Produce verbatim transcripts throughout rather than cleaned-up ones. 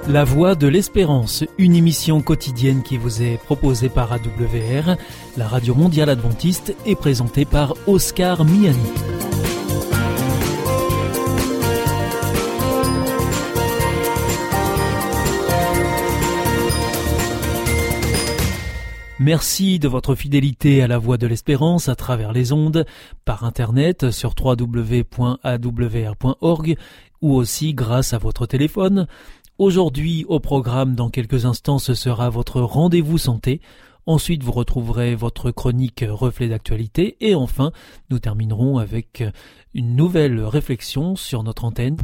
La Voix de l'Espérance, une émission quotidienne qui vous est proposée par A W R, la radio mondiale adventiste, et présentée par Oscar Miani. Merci de votre fidélité à la Voix de l'Espérance à travers les ondes, par internet sur w w w point a w r point org ou aussi grâce à votre téléphone. Aujourd'hui, au programme, dans quelques instants, ce sera votre rendez-vous santé. Ensuite, vous retrouverez votre chronique reflet d'actualité. Et enfin, nous terminerons avec une nouvelle réflexion sur notre antenne.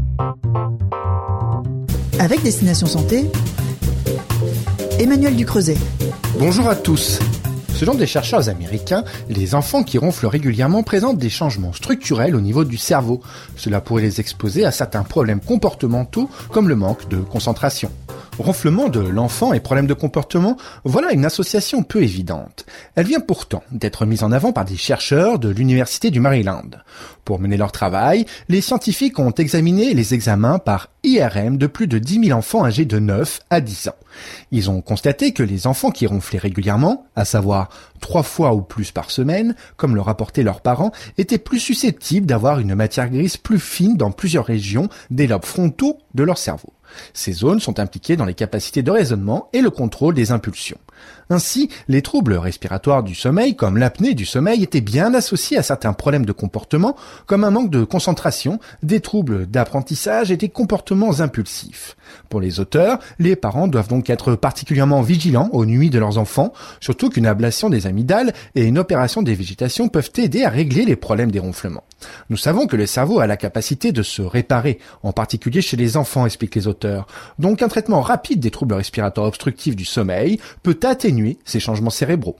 Avec Destination Santé, Emmanuel Ducreuset. Bonjour à tous. Selon des chercheurs américains, les enfants qui ronflent régulièrement présentent des changements structurels au niveau du cerveau. Cela pourrait les exposer à certains problèmes comportementaux comme le manque de concentration. Ronflement de l'enfant et problèmes de comportement, voilà une association peu évidente. Elle vient pourtant d'être mise en avant par des chercheurs de l'Université du Maryland. Pour mener leur travail, les scientifiques ont examiné les examens par I R M de plus de dix mille enfants âgés de neuf à dix ans. Ils ont constaté que les enfants qui ronflaient régulièrement, à savoir trois fois ou plus par semaine, comme le rapportaient leurs parents, étaient plus susceptibles d'avoir une matière grise plus fine dans plusieurs régions des lobes frontaux de leur cerveau. Ces zones sont impliquées dans les capacités de raisonnement et le contrôle des impulsions. Ainsi, les troubles respiratoires du sommeil, comme l'apnée du sommeil, étaient bien associés à certains problèmes de comportement, comme un manque de concentration, des troubles d'apprentissage et des comportements impulsifs. Pour les auteurs, les parents doivent donc être particulièrement vigilants aux nuits de leurs enfants, surtout qu'une ablation des amygdales et une opération des végétations peuvent aider à régler les problèmes des ronflements. Nous savons que le cerveau a la capacité de se réparer, en particulier chez les enfants, expliquent les auteurs. Donc un traitement rapide des troubles respiratoires obstructifs du sommeil peut atténuer ces changements cérébraux.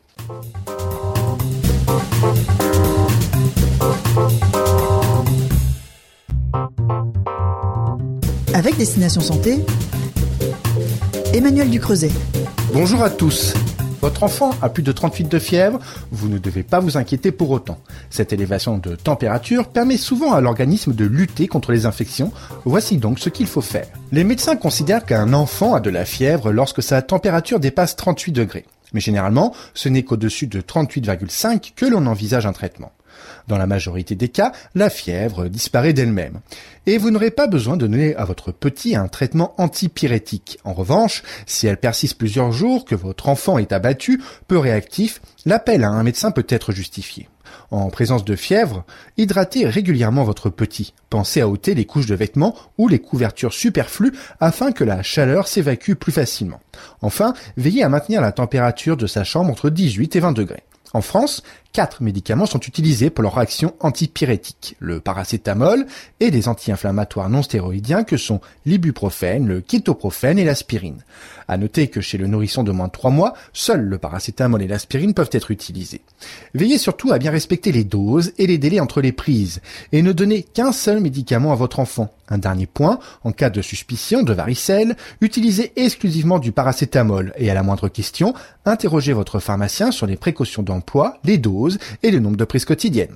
Avec Destination Santé, Emmanuel Ducreuset. Bonjour à tous. Votre enfant a plus de trente-huit de fièvre, vous ne devez pas vous inquiéter pour autant. Cette élévation de température permet souvent à l'organisme de lutter contre les infections. Voici donc ce qu'il faut faire. Les médecins considèrent qu'un enfant a de la fièvre lorsque sa température dépasse trente-huit degrés. Mais généralement, ce n'est qu'au-dessus de trente-huit virgule cinq que l'on envisage un traitement. Dans la majorité des cas, la fièvre disparaît d'elle-même. Et vous n'aurez pas besoin de donner à votre petit un traitement antipyrétique. En revanche, si elle persiste plusieurs jours, que votre enfant est abattu, peu réactif, l'appel à un médecin peut être justifié. En présence de fièvre, hydratez régulièrement votre petit. Pensez à ôter les couches de vêtements ou les couvertures superflues afin que la chaleur s'évacue plus facilement. Enfin, veillez à maintenir la température de sa chambre entre dix-huit et vingt degrés. En France, quatre médicaments sont utilisés pour leur action antipyrétique, le paracétamol et des anti-inflammatoires non stéroïdiens que sont l'ibuprofène, le kétoprophène et l'aspirine. À noter que chez le nourrisson de moins de trois mois, seuls le paracétamol et l'aspirine peuvent être utilisés. Veillez surtout à bien respecter les doses et les délais entre les prises et ne donnez qu'un seul médicament à votre enfant. Un dernier point, en cas de suspicion de varicelle, utilisez exclusivement du paracétamol et à la moindre question, interrogez votre pharmacien sur les précautions d'emploi, les doses et le nombre de prises quotidiennes.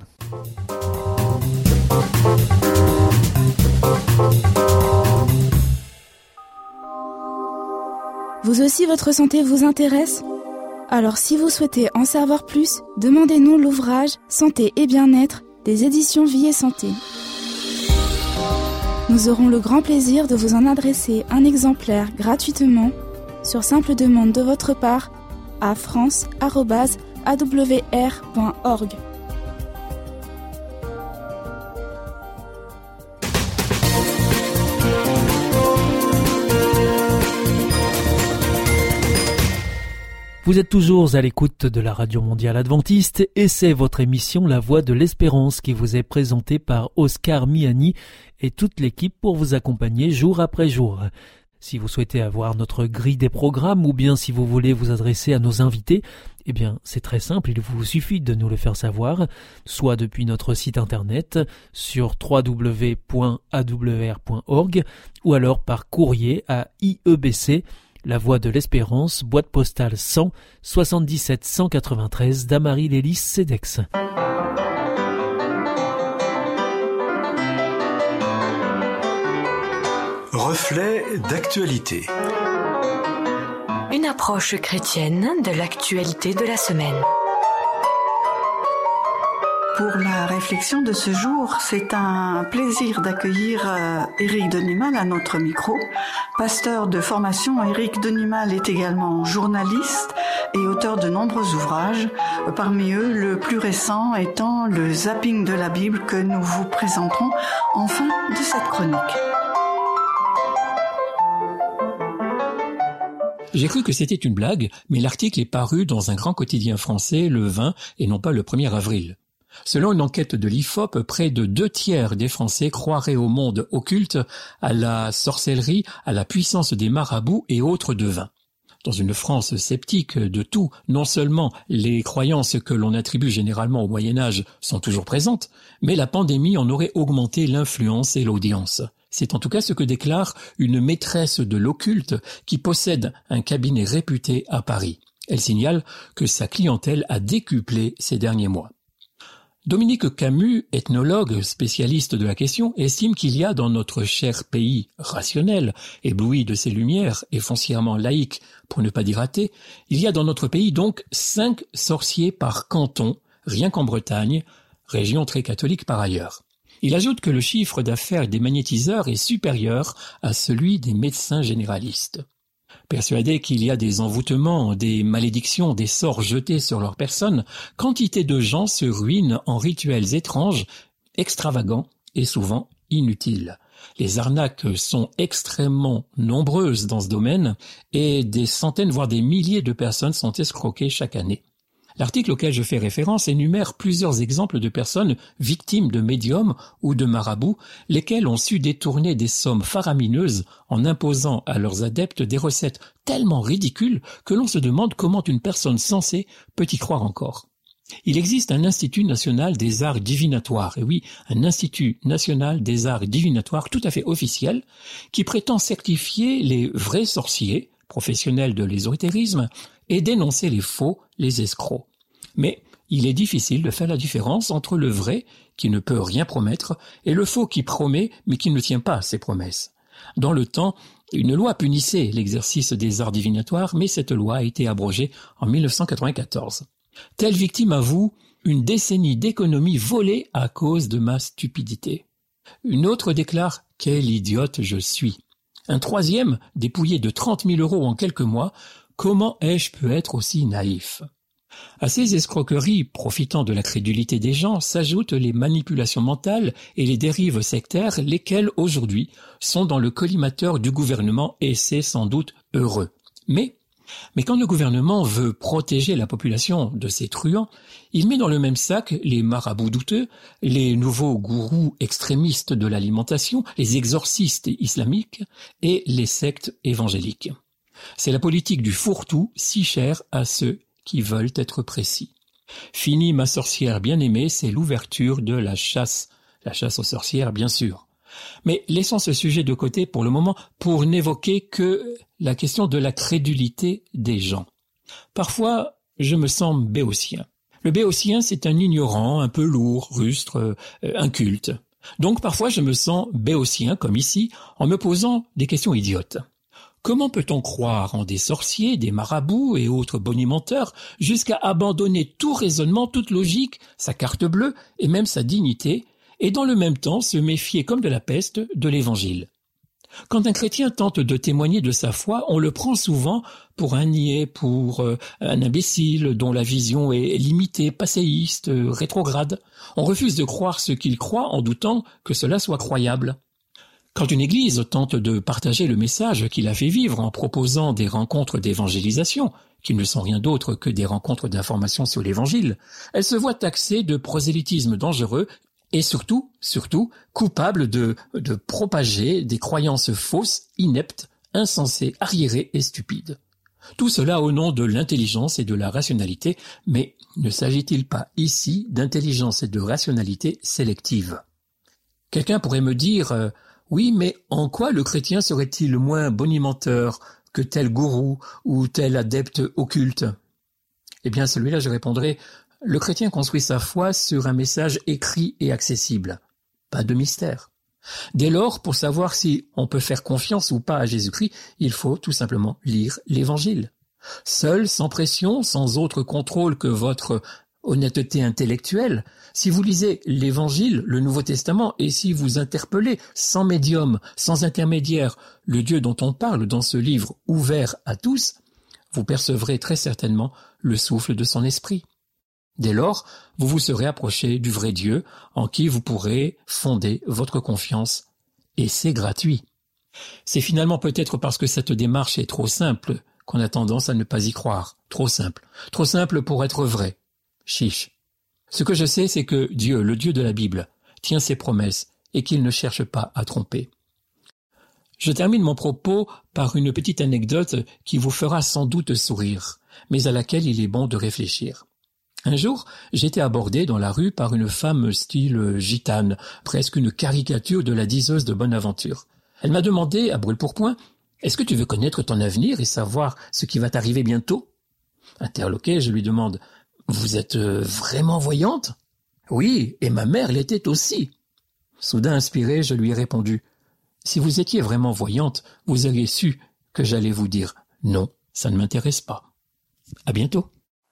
Vous aussi, votre santé vous intéresse ? Alors si vous souhaitez en savoir plus, demandez-nous l'ouvrage Santé et bien-être des éditions Vie et Santé. Nous aurons le grand plaisir de vous en adresser un exemplaire gratuitement sur simple demande de votre part à france arobase a w r point org. Vous êtes toujours à l'écoute de la Radio Mondiale Adventiste et c'est votre émission La Voix de l'Espérance qui vous est présentée par Oscar Miani et toute l'équipe pour vous accompagner jour après jour. Si vous souhaitez avoir notre grille des programmes ou bien si vous voulez vous adresser à nos invités, eh bien c'est très simple, il vous suffit de nous le faire savoir, soit depuis notre site internet sur w w w point a w r point org ou alors par courrier à I E B C, La Voix de l'Espérance, boîte postale cent, soixante-dix-sept cent quatre-vingt-treize d'Amarie-Lélis, Cedex. Reflet d'actualité. Une approche chrétienne de l'actualité de la semaine. Pour la réflexion de ce jour, c'est un plaisir d'accueillir euh, Éric Denimal à notre micro. Pasteur de formation, Éric Denimal est également journaliste et auteur de nombreux ouvrages. Parmi eux, le plus récent étant le zapping de la Bible que nous vous présenterons en fin de cette chronique. J'ai cru que c'était une blague, mais l'article est paru dans un grand quotidien français le vingt et non pas le premier avril. Selon une enquête de l'I F O P, près de deux tiers des Français croiraient au monde occulte, à la sorcellerie, à la puissance des marabouts et autres devins. Dans une France sceptique de tout, non seulement les croyances que l'on attribue généralement au Moyen-Âge sont toujours présentes, mais la pandémie en aurait augmenté l'influence et l'audience. C'est en tout cas ce que déclare une maîtresse de l'occulte qui possède un cabinet réputé à Paris. Elle signale que sa clientèle a décuplé ces derniers mois. Dominique Camus, ethnologue spécialiste de la question, estime qu'il y a dans notre cher pays rationnel, ébloui de ses lumières et foncièrement laïque, pour ne pas dire athée, il y a dans notre pays donc cinq sorciers par canton, rien qu'en Bretagne, région très catholique par ailleurs. Il ajoute que le chiffre d'affaires des magnétiseurs est supérieur à celui des médecins généralistes. Persuadés qu'il y a des envoûtements, des malédictions, des sorts jetés sur leur personne, quantité de gens se ruinent en rituels étranges, extravagants et souvent inutiles. Les arnaques sont extrêmement nombreuses dans ce domaine et des centaines voire des milliers de personnes sont escroquées chaque année. L'article auquel je fais référence énumère plusieurs exemples de personnes victimes de médiums ou de marabouts, lesquels ont su détourner des sommes faramineuses en imposant à leurs adeptes des recettes tellement ridicules que l'on se demande comment une personne sensée peut y croire encore. Il existe un Institut national des arts divinatoires, et oui, un Institut national des arts divinatoires tout à fait officiel, qui prétend certifier les vrais sorciers, professionnels de l'ésotérisme, et dénoncer les faux, les escrocs. Mais il est difficile de faire la différence entre le vrai, qui ne peut rien promettre, et le faux qui promet, mais qui ne tient pas ses promesses. Dans le temps, une loi punissait l'exercice des arts divinatoires, mais cette loi a été abrogée en mille neuf cent quatre-vingt-quatorze. Telle victime avoue une décennie d'économie volée à cause de ma stupidité. Une autre déclare « Quelle idiote je suis ». Un troisième, dépouillé de trente mille euros en quelques mois, comment ai-je pu être aussi naïf ? À ces escroqueries profitant de la crédulité des gens s'ajoutent les manipulations mentales et les dérives sectaires, lesquelles aujourd'hui sont dans le collimateur du gouvernement et c'est sans doute heureux. Mais, mais quand le gouvernement veut protéger la population de ces truands, il met dans le même sac les marabouts douteux, les nouveaux gourous extrémistes de l'alimentation, les exorcistes islamiques et les sectes évangéliques. C'est la politique du fourre-tout si chère à ceux qui veulent être précis. Fini ma sorcière bien-aimée, c'est l'ouverture de la chasse. La chasse aux sorcières, bien sûr. Mais laissons ce sujet de côté pour le moment pour n'évoquer que la question de la crédulité des gens. Parfois, je me sens béotien. Le béotien, c'est un ignorant, un peu lourd, rustre, euh, inculte. Donc parfois, je me sens béotien, comme ici, en me posant des questions idiotes. Comment peut-on croire en des sorciers, des marabouts et autres bonimenteurs jusqu'à abandonner tout raisonnement, toute logique, sa carte bleue et même sa dignité, et dans le même temps se méfier comme de la peste de l'Évangile? Quand un chrétien tente de témoigner de sa foi, on le prend souvent pour un niais, pour euh, un imbécile dont la vision est limitée, passéiste, euh, rétrograde. On refuse de croire ce qu'il croit en doutant que cela soit croyable. Quand une église tente de partager le message qu'il a fait vivre en proposant des rencontres d'évangélisation, qui ne sont rien d'autre que des rencontres d'information sur l'évangile, elle se voit taxée de prosélytisme dangereux et surtout, surtout, coupable de, de propager des croyances fausses, ineptes, insensées, arriérées et stupides. Tout cela au nom de l'intelligence et de la rationalité, mais ne s'agit-il pas ici d'intelligence et de rationalité sélective? Quelqu'un pourrait me dire euh, « Oui, mais en quoi le chrétien serait-il moins bonimenteur que tel gourou ou tel adepte occulte ?» Eh bien, celui-là, je répondrai « Le chrétien construit sa foi sur un message écrit et accessible. Pas de mystère. Dès lors, pour savoir si on peut faire confiance ou pas à Jésus-Christ, il faut tout simplement lire l'Évangile. Seul, sans pression, sans autre contrôle que votre honnêteté intellectuelle, si vous lisez l'Évangile, le Nouveau Testament, et si vous interpellez sans médium, sans intermédiaire, le Dieu dont on parle dans ce livre ouvert à tous, vous percevrez très certainement le souffle de son esprit. Dès lors, vous vous serez approché du vrai Dieu en qui vous pourrez fonder votre confiance. Et c'est gratuit. C'est finalement peut-être parce que cette démarche est trop simple qu'on a tendance à ne pas y croire. Trop simple. Trop simple pour être vrai. Chiche. Ce que je sais, c'est que Dieu, le Dieu de la Bible, tient ses promesses et qu'il ne cherche pas à tromper. Je termine mon propos par une petite anecdote qui vous fera sans doute sourire, mais à laquelle il est bon de réfléchir. Un jour, j'étais abordé dans la rue par une femme style gitane, presque une caricature de la diseuse de bonne aventure. Elle m'a demandé, à brûle-pourpoint, « Est-ce que tu veux connaître ton avenir et savoir ce qui va t'arriver bientôt ?» Interloqué, je lui demande, « Vous êtes vraiment voyante ?»« Oui, et ma mère l'était aussi. » Soudain inspiré, je lui ai répondu, « Si vous étiez vraiment voyante, vous auriez su que j'allais vous dire, non, ça ne m'intéresse pas. » À bientôt.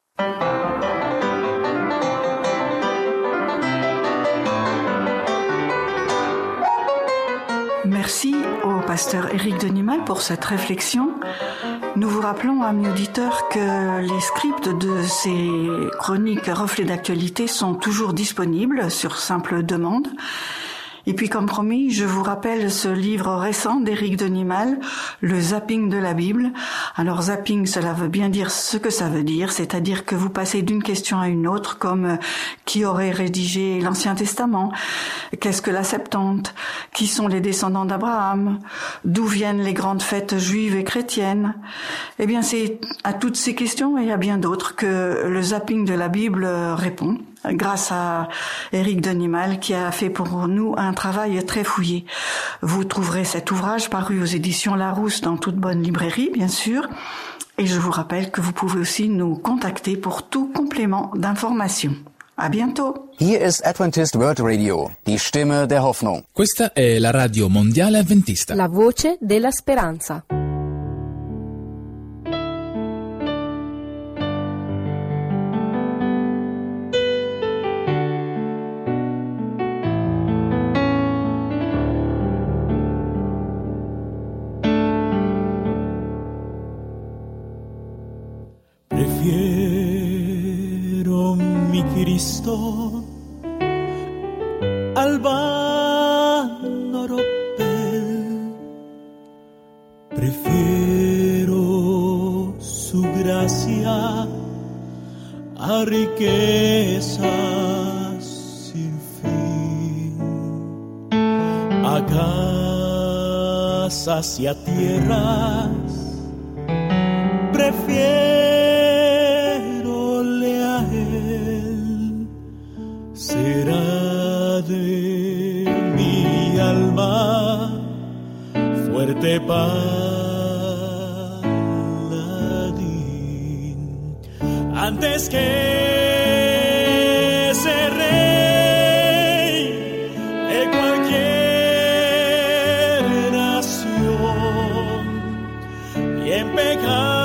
Merci au pasteur Éric Denimal pour cette réflexion. Nous vous rappelons, amis auditeurs, que les scripts de ces chroniques reflets d'actualité sont toujours disponibles sur simple demande. Et puis, comme promis, je vous rappelle ce livre récent d'Éric Denimal, Le zapping de la Bible. Alors, zapping, cela veut bien dire ce que ça veut dire, c'est-à-dire que vous passez d'une question à une autre, comme qui aurait rédigé l'Ancien Testament, qu'est-ce que la Septante, qui sont les descendants d'Abraham, d'où viennent les grandes fêtes juives et chrétiennes. Eh bien, c'est à toutes ces questions et à bien d'autres que le zapping de la Bible répond, grâce à Éric Denimal qui a fait pour nous un travail très fouillé. Vous trouverez cet ouvrage paru aux éditions Larousse dans toute bonne librairie, bien sûr. Et je vous rappelle que vous pouvez aussi nous contacter pour tout complément d'information. À bientôt. Hier ist Adventist World Radio, die Stimme der Hoffnung. Questa è la radio mondiale adventista. La voce della speranza. Prefiero mi Cristo al vano ropel, prefiero su gracia a riquezas sin fin, a casas y a tierras, prefiero será de mi alma fuerte paladín antes que ser rey de cualquier nación y en pecado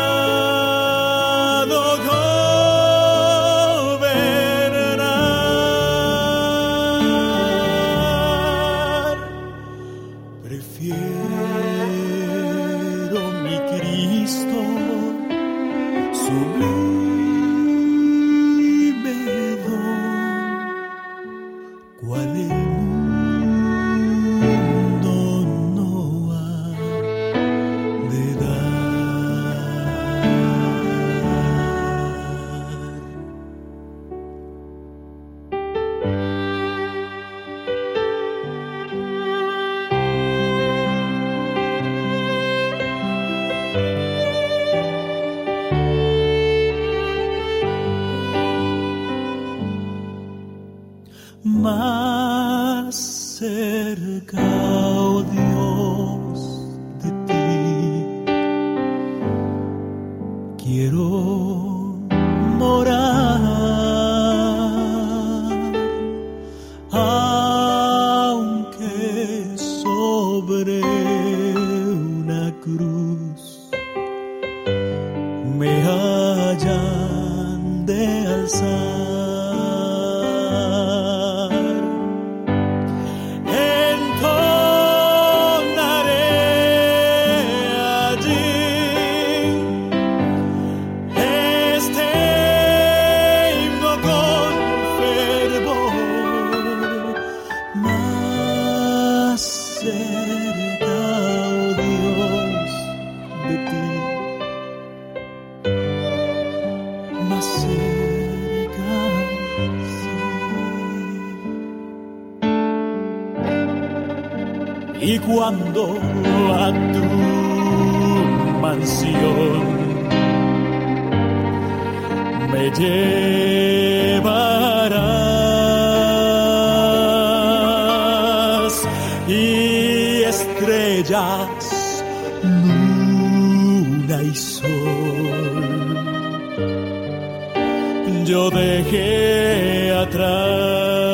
más cerca, oh Dios, de ti quiero morar, aunque y cuando a tu mansión me llevarás y estrellas, luna y sol yo dejé atrás.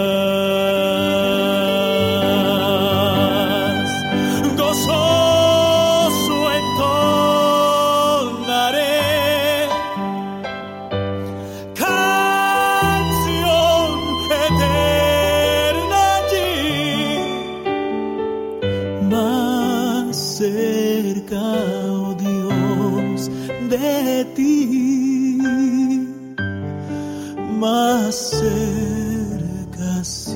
Más cerca sí.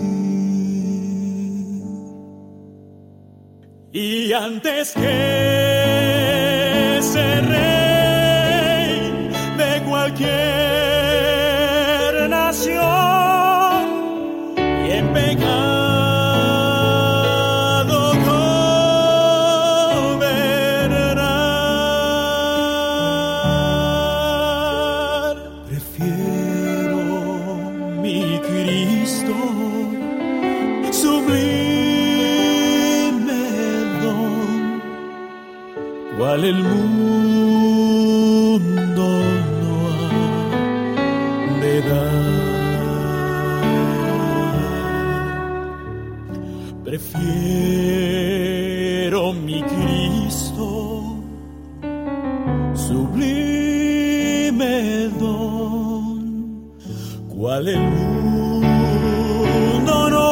Y antes que ser rey de cualquier nación y en pecado gobernar, prefiero mi Cristo, sublime don, cual el mundo no ha de dar. Prefiero mi Cristo, sublime don, cual el mundo no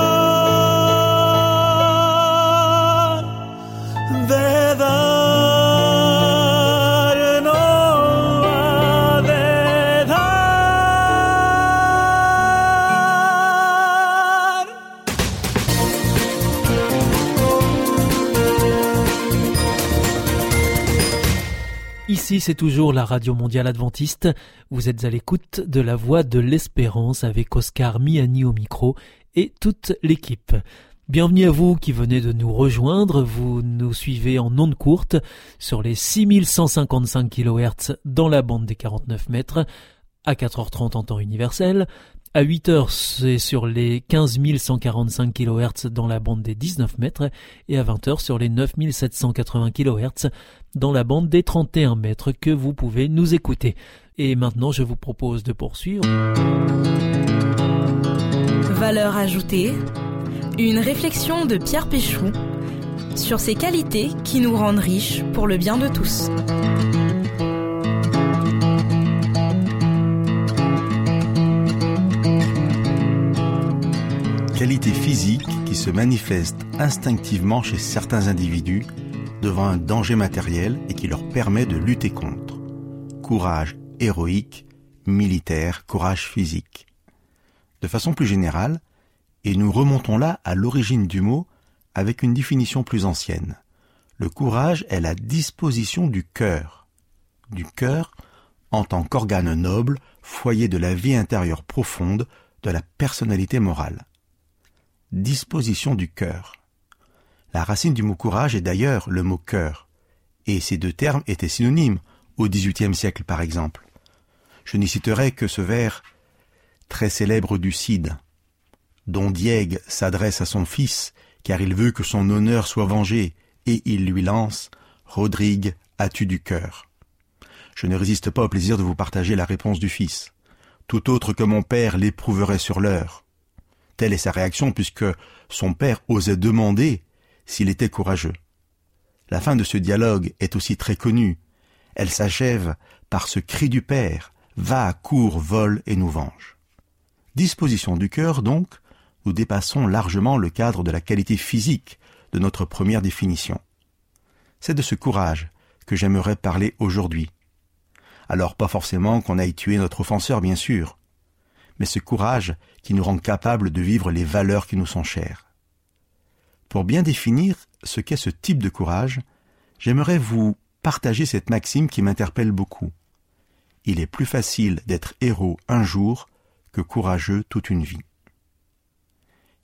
ha de dar, no ha de dar. Ici, c'est toujours la Radio Mondiale Adventiste. Vous êtes à l'écoute de la Voix de l'Espérance avec Oscar Miani au micro et toute l'équipe. Bienvenue à vous qui venez de nous rejoindre. Vous nous suivez en ondes courtes sur les six mille cent cinquante-cinq kilohertz dans la bande des quarante-neuf mètres, à quatre heures trente en temps universel. À huit heures, c'est sur les quinze mille cent quarante-cinq kilohertz dans la bande des dix-neuf mètres et à vingt heures sur les neuf mille sept cent quatre-vingts kilohertz dans la bande des trente et un mètres que vous pouvez nous écouter. Et maintenant, je vous propose de poursuivre. Valeur ajoutée, une réflexion de Pierre Péchou sur ces qualités qui nous rendent riches pour le bien de tous. Qualité physique qui se manifeste instinctivement chez certains individus devant un danger matériel et qui leur permet de lutter contre. Courage héroïque, militaire, courage physique. De façon plus générale, et nous remontons là à l'origine du mot avec une définition plus ancienne. Le courage est la disposition du cœur. Du cœur en tant qu'organe noble, foyer de la vie intérieure profonde, de la personnalité morale. Disposition du cœur. La racine du mot courage est d'ailleurs le mot cœur, et ces deux termes étaient synonymes au dix-huitième siècle par exemple. Je n'y citerai que ce vers très célèbre du Cid, dont Diègue s'adresse à son fils, car il veut que son honneur soit vengé, et il lui lance « Rodrigue, as-tu du cœur ?» Je ne résiste pas au plaisir de vous partager la réponse du fils. Tout autre que mon père l'éprouverait sur l'heure. Telle est sa réaction puisque son père osait demander s'il était courageux. La fin de ce dialogue est aussi très connue. Elle s'achève par ce cri du père « Va, cours, vole et nous venge ». Disposition du cœur donc, nous dépassons largement le cadre de la qualité physique de notre première définition. C'est de ce courage que j'aimerais parler aujourd'hui. Alors pas forcément qu'on aille tuer notre offenseur, bien sûr, mais ce courage qui nous rend capables de vivre les valeurs qui nous sont chères. Pour bien définir ce qu'est ce type de courage, j'aimerais vous partager cette maxime qui m'interpelle beaucoup. Il est plus facile d'être héros un jour que courageux toute une vie.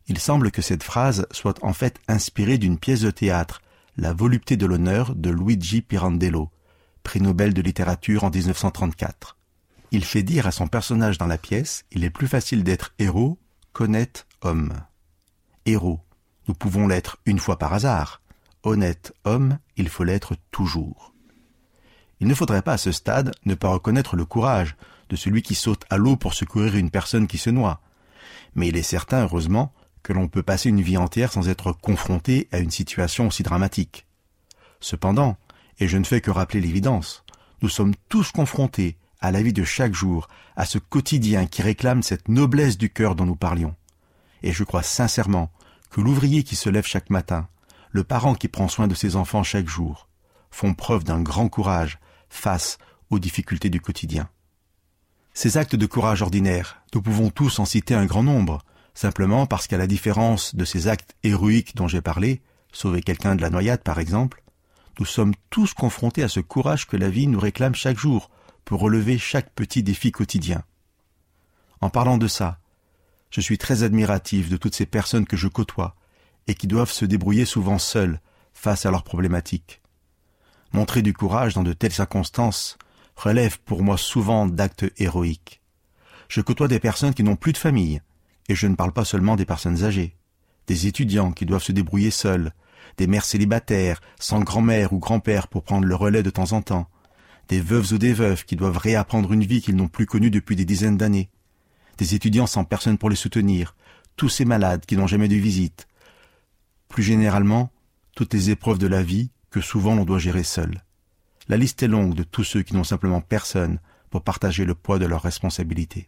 Il semble que cette phrase soit en fait inspirée d'une pièce de théâtre, La volupté de l'honneur de Luigi Pirandello, prix Nobel de littérature en dix-neuf cent trente-quatre. Il fait dire à son personnage dans la pièce « Il est plus facile d'être héros qu'honnête homme ». Héros, nous pouvons l'être une fois par hasard. Honnête homme, il faut l'être toujours. Il ne faudrait pas à ce stade ne pas reconnaître le courage de celui qui saute à l'eau pour secourir une personne qui se noie. Mais il est certain, heureusement, que l'on peut passer une vie entière sans être confronté à une situation aussi dramatique. Cependant, et je ne fais que rappeler l'évidence, nous sommes tous confrontés à la vie de chaque jour, à ce quotidien qui réclame cette noblesse du cœur dont nous parlions. Et je crois sincèrement que l'ouvrier qui se lève chaque matin, le parent qui prend soin de ses enfants chaque jour, font preuve d'un grand courage face aux difficultés du quotidien. Ces actes de courage ordinaires, nous pouvons tous en citer un grand nombre, simplement parce qu'à la différence de ces actes héroïques dont j'ai parlé, sauver quelqu'un de la noyade par exemple, nous sommes tous confrontés à ce courage que la vie nous réclame chaque jour pour relever chaque petit défi quotidien. En parlant de ça, je suis très admiratif de toutes ces personnes que je côtoie et qui doivent se débrouiller souvent seules face à leurs problématiques. Montrer du courage dans de telles circonstances relève pour moi souvent d'actes héroïques. Je côtoie des personnes qui n'ont plus de famille, et je ne parle pas seulement des personnes âgées, des étudiants qui doivent se débrouiller seuls, des mères célibataires, sans grand-mère ou grand-père pour prendre le relais de temps en temps, des veuves ou des veufs qui doivent réapprendre une vie qu'ils n'ont plus connue depuis des dizaines d'années, des étudiants sans personne pour les soutenir, tous ces malades qui n'ont jamais de visite. Plus généralement, toutes les épreuves de la vie que souvent l'on doit gérer seul. La liste est longue de tous ceux qui n'ont simplement personne pour partager le poids de leurs responsabilités.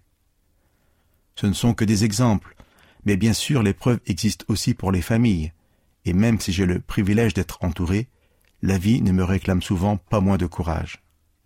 Ce ne sont que des exemples, mais bien sûr l'épreuve existe aussi pour les familles, et même si j'ai le privilège d'être entouré, la vie ne me réclame souvent pas moins de courage.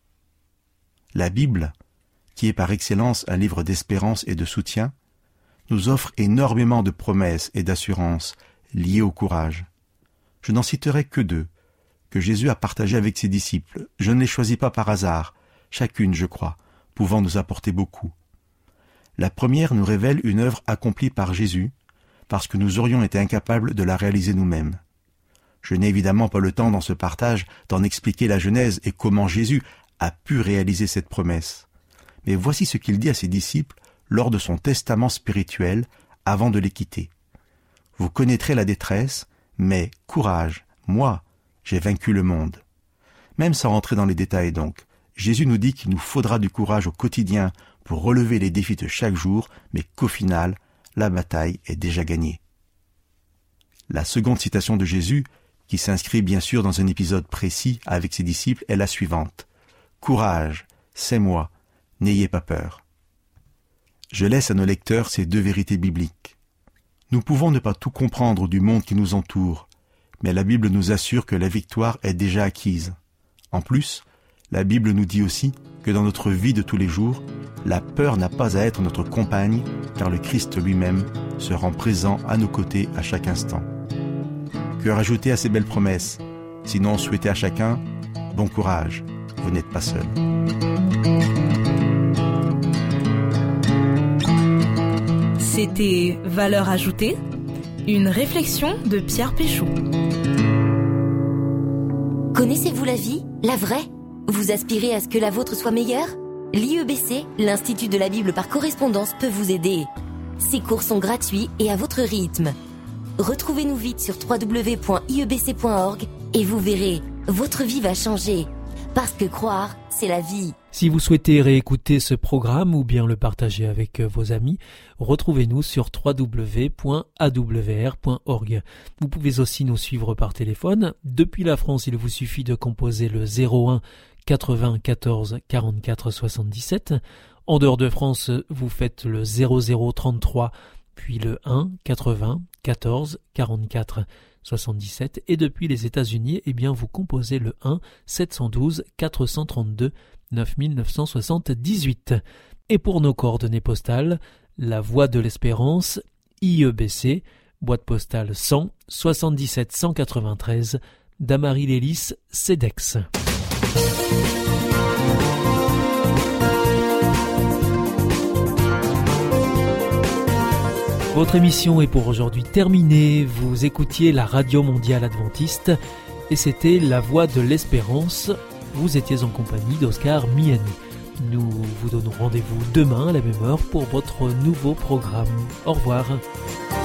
La Bible, qui est par excellence un livre d'espérance et de soutien, nous offre énormément de promesses et d'assurances liées au courage. Je n'en citerai que deux, que Jésus a partagées avec ses disciples. Je ne les choisis pas par hasard, chacune, je crois, pouvant nous apporter beaucoup. La première nous révèle une œuvre accomplie par Jésus, parce que nous aurions été incapables de la réaliser nous-mêmes. Je n'ai évidemment pas le temps dans ce partage d'en expliquer la genèse et comment Jésus a pu réaliser cette promesse. Mais voici ce qu'il dit à ses disciples lors de son testament spirituel avant de les quitter. « Vous connaîtrez la détresse, mais courage, moi, j'ai vaincu le monde. » Même sans rentrer dans les détails donc, Jésus nous dit qu'il nous faudra du courage au quotidien pour relever les défis de chaque jour, mais qu'au final, la bataille est déjà gagnée. La seconde citation de Jésus, qui s'inscrit bien sûr dans un épisode précis avec ses disciples, est la suivante. « Courage, c'est moi, n'ayez pas peur. » Je laisse à nos lecteurs ces deux vérités bibliques. Nous pouvons ne pas tout comprendre du monde qui nous entoure, mais la Bible nous assure que la victoire est déjà acquise. En plus, la Bible nous dit aussi que dans notre vie de tous les jours, la peur n'a pas à être notre compagne, car le Christ lui-même se rend présent à nos côtés à chaque instant. Que rajouter à ces belles promesses? Sinon, souhaitez à chacun bon courage, vous n'êtes pas seul. C'était Valeur ajoutée, une réflexion de Pierre Péchaud. Connaissez-vous la vie, la vraie? Vous aspirez à ce que la vôtre soit meilleure? L'I E B C, l'Institut de la Bible par correspondance, peut vous aider. Ces cours sont gratuits et à votre rythme. Retrouvez-nous vite sur w w w point i e b c point org et vous verrez, votre vie va changer. Parce que croire, c'est la vie. Si vous souhaitez réécouter ce programme ou bien le partager avec vos amis, retrouvez-nous sur w w w point a w r point org. Vous pouvez aussi nous suivre par téléphone. Depuis la France, il vous suffit de composer le zéro un quatre-vingts quatorze quarante-quatre soixante-dix-sept. En dehors de France, vous faites le zéro zéro trente-trois, puis le un quatre-vingts quatorze quarante-quatre soixante-dix-sept. Et depuis les États-Unis, eh bien, vous composez le un sept cent douze quatre cent trente-deux neuf mille neuf cent soixante-dix-huit. Et pour nos coordonnées postales, la Voie de l'Espérance, I E B C, boîte postale cent soixante-dix-sept cent quatre-vingt-treize, Damary-Lélis, Cedex. Votre émission est pour aujourd'hui terminée. Vous écoutiez la Radio Mondiale Adventiste et c'était La Voix de l'Espérance. Vous étiez en compagnie d'Oscar Miani. Nous vous donnons rendez-vous demain à la même heure pour votre nouveau programme. Au revoir.